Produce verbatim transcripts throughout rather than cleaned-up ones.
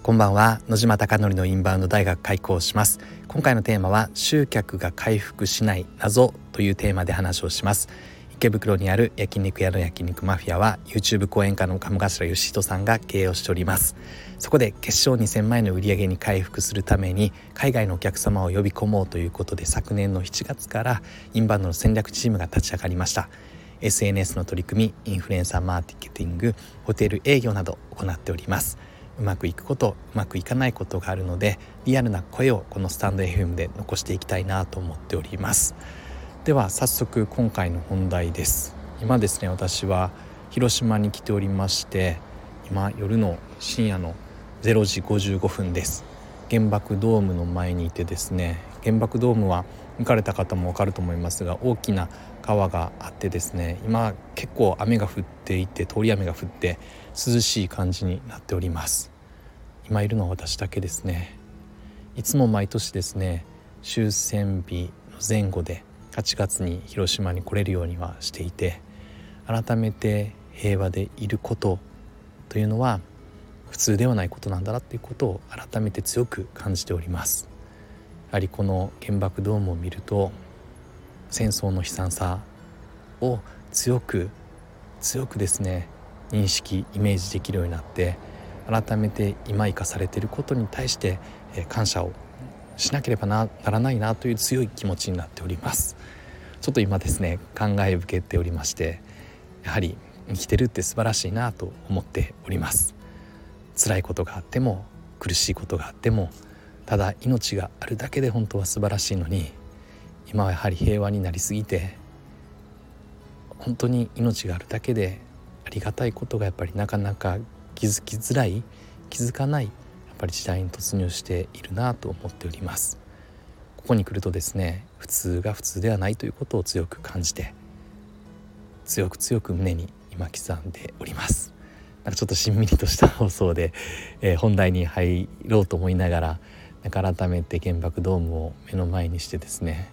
こんばんは。野島貴則のインバウンド大学開講します。今回のテーマは集客が回復しない謎というテーマで話をします。池袋にある焼肉屋の焼肉マフィアは YouTube 講演家の鴨頭義人さんが経営をしております。そこで月商にせんまんえんの売り上げに回復するために海外のお客様を呼び込もうということで、昨年のしちがつからインバウンドの戦略チームが立ち上がりました。 エスエヌエス の取り組み、インフルエンサーマーケティング、ホテル営業など行っております。うまくいくこと、うまくいかないことがあるので、リアルな声をこのスタンド エフエム で残していきたいなと思っております。では早速今回の本題です。今ですね、私は広島に来ておりまして、今夜の深夜のれいじごじゅうごふんです。原爆ドームの前にいてですね、原爆ドームは行かれた方も分かると思いますが、大きな川があってですね、今結構雨が降っていて、通り雨が降って涼しい感じになっております。今いるのは私だけですね。いつも毎年ですね、終戦日の前後ではちがつに広島に来れるようにはしていて、改めて平和でいることというのは普通ではないことなんだなっていうことを改めて強く感じております。やはりこの原爆ドームを見ると、戦争の悲惨さを強く強くですね認識イメージできるようになって、改めて今生かされていることに対して感謝をしなければならないなという強い気持ちになっております。ちょっと今ですね考え受けておりまして、やはり生きてるって素晴らしいなと思っております。辛いことがあっても苦しいことがあっても、ただ命があるだけで本当は素晴らしいのに、今はやはり平和になりすぎて、本当に命があるだけでありがたいことがやっぱりなかなか気づきづらい、気づかないやっぱり時代に突入しているなと思っております。ここに来るとですね、普通が普通ではないということを強く感じて、強く強く胸に今刻んでおります。なんかちょっとしんみりとした放送で、えー、本題に入ろうと思いながら、なんか改めて原爆ドームを目の前にしてですね、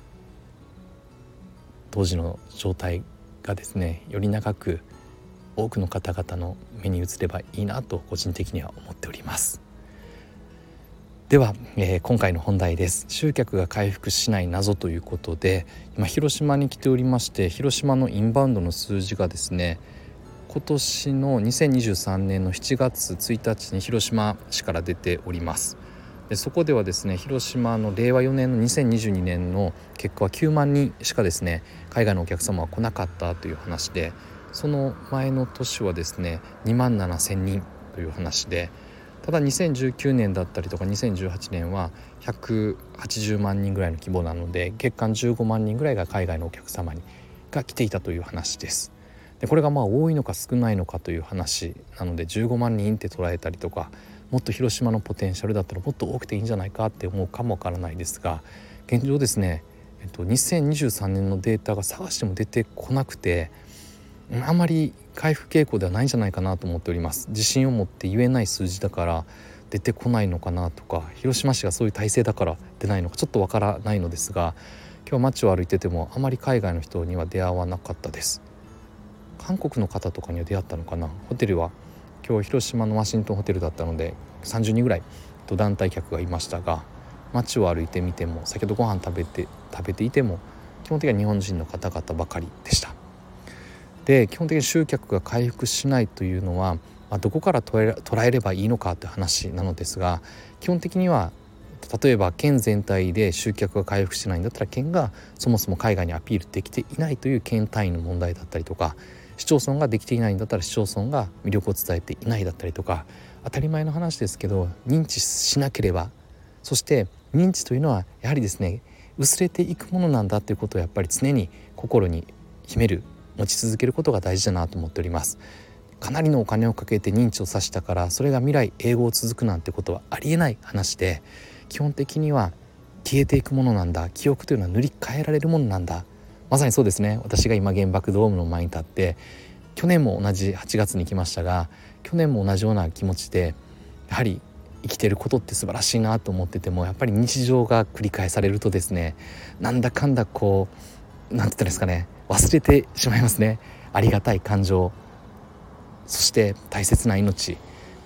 当時の状態がですねより長く多くの方々の目に映ればいいなと個人的には思っております。では、えー、今回の本題です。集客が回復しない謎ということで、今広島に来ておりまして、広島のインバウンドの数字がですね、今年のにせんにじゅうさんねんのしちがつついたちに広島市から出ております。でそこではですね、広島のれいわよねんのにせんにじゅうにねんの結果はきゅうまんにんしかですね海外のお客様は来なかったという話で、その前の年はですねにまんななせんにんという話で、ただにせんじゅうきゅうねんだったりとかにせんじゅうはちねんはひゃくはちじゅうまんにんぐらいの規模なので、月間じゅうごまんにんぐらいが海外のお客様にが来ていたという話です。でこれがまあ多いのか少ないのかという話なので、じゅうごまんにんって捉えたりとか、もっと広島のポテンシャルだったらもっと多くていいんじゃないかって思うかもわからないですが、現状ですね、えっと、にせんにじゅうさんねんのデータが探しても出てこなくて、あまり回復傾向ではないんじゃないかなと思っております。自信を持って言えない数字だから出てこないのかなとか、広島市がそういう体制だから出ないのかちょっとわからないのですが、今日街を歩いててもあまり海外の人には出会わなかったです。韓国の方とかには出会ったのかな。ホテルは今日広島のワシントンホテルだったのでさんじゅうにんぐらいと団体客がいましたが、街を歩いてみても先ほどご飯食べて食べていても基本的には日本人の方々ばかりでした。で基本的に集客が回復しないというのは、まあ、どこから捉え、捉えればいいのかという話なのですが、基本的には例えば県全体で集客が回復しないんだったら、県がそもそも海外にアピールできていないという県単位の問題だったりとか、市町村ができていないんだったら市町村が魅力を伝えていないだったりとか、当たり前の話ですけど認知しなければ、そして認知というのはやはりですね薄れていくものなんだということをやっぱり常に心に秘める、持ち続けることが大事だなと思っております。かなりのお金をかけて認知をさせたからそれが未来永劫続くなんてことはありえない話で、基本的には消えていくものなんだ。記憶というのは塗り替えられるものなんだ。まさにそうですね。私が今原爆ドームの前に立って、去年も同じはちがつに来ましたが、去年も同じような気持ちで、やはり生きていることって素晴らしいなと思ってても、やっぱり日常が繰り返されるとですね、なんだかんだこうなんて言ったんですかね、忘れてしまいますね。ありがたい感情、そして大切な命、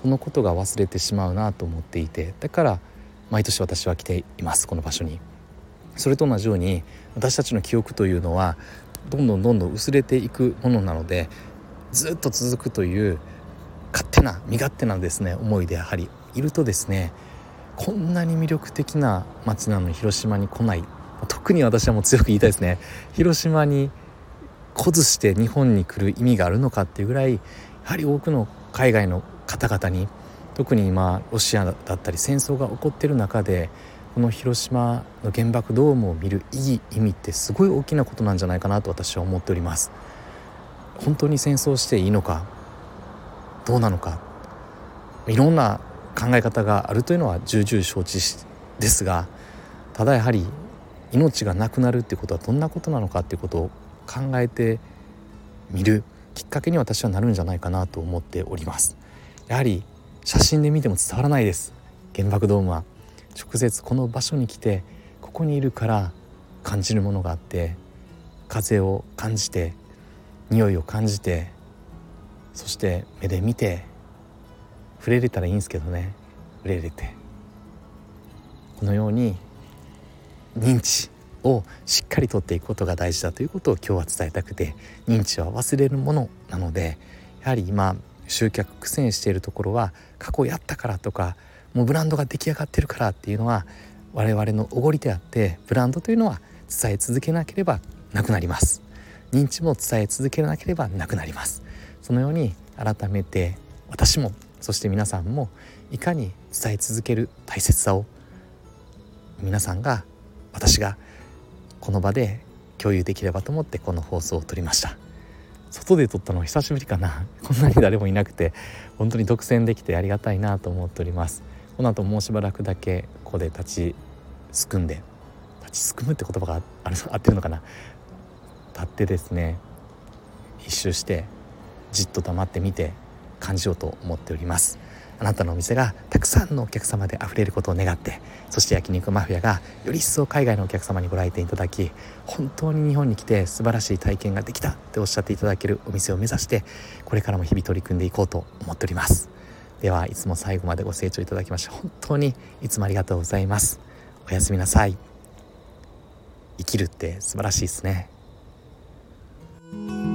このことが忘れてしまうなと思っていて、だから毎年私は来ています、この場所に。それと同じように私たちの記憶というのはどんどんどんどん薄れていくものなので、ずっと続くという勝手な身勝手なですね思いでやはりいるとですね、こんなに魅力的な街なのに広島に来ない、特に私はもう強く言いたいですね。広島に来ずして日本に来る意味があるのかっていうぐらい、やはり多くの海外の方々に、特に今ロシアだったり戦争が起こっている中で、この広島の原爆ドームを見る意義意味ってすごい大きなことなんじゃないかなと私は思っております。本当に戦争していいのかどうなのか、いろんな考え方があるというのは重々承知ですが、ただやはり命がなくなるっていうことはどんなことなのかっていうことを考えてみるきっかけに私はなるんじゃないかなと思っております。やはり写真で見ても伝わらないです。原爆ドームは直接この場所に来て、ここにいるから感じるものがあって、風を感じて、匂いを感じて、そして目で見て、触れれたらいいんですけどね、触れれて、このように認知をしっかりとっていくことが大事だということを今日は伝えたくて、認知は忘れるものなので、やはり今集客苦戦しているところは、過去やったからとか、もうブランドが出来上がってるからっていうのは我々のおごりであって、ブランドというのは伝え続けなければなくなります。認知も伝え続けなければなくなります。そのように改めて私も、そして皆さんもいかに伝え続ける大切さを、皆さんが、私がこの場で共有できればと思ってこの放送を撮りました。外で撮ったの久しぶりかな。こんなに誰もいなくて本当に独占できてありがたいなと思っております。この後もうしばらくだけここで立ちすくんで、立ちすくむって言葉がある合ってるのかな、立ってですね、一周してじっと黙って見て感じようと思っております。あなたのお店がたくさんのお客様であふれることを願って、そして焼肉マフィアがより一層海外のお客様にご来店いただき、本当に日本に来て素晴らしい体験ができたっておっしゃっていただけるお店を目指して、これからも日々取り組んでいこうと思っております。ではいつも最後までご清聴いただきまして本当にいつもありがとうございます。おやすみなさい。生きるって素晴らしいですね。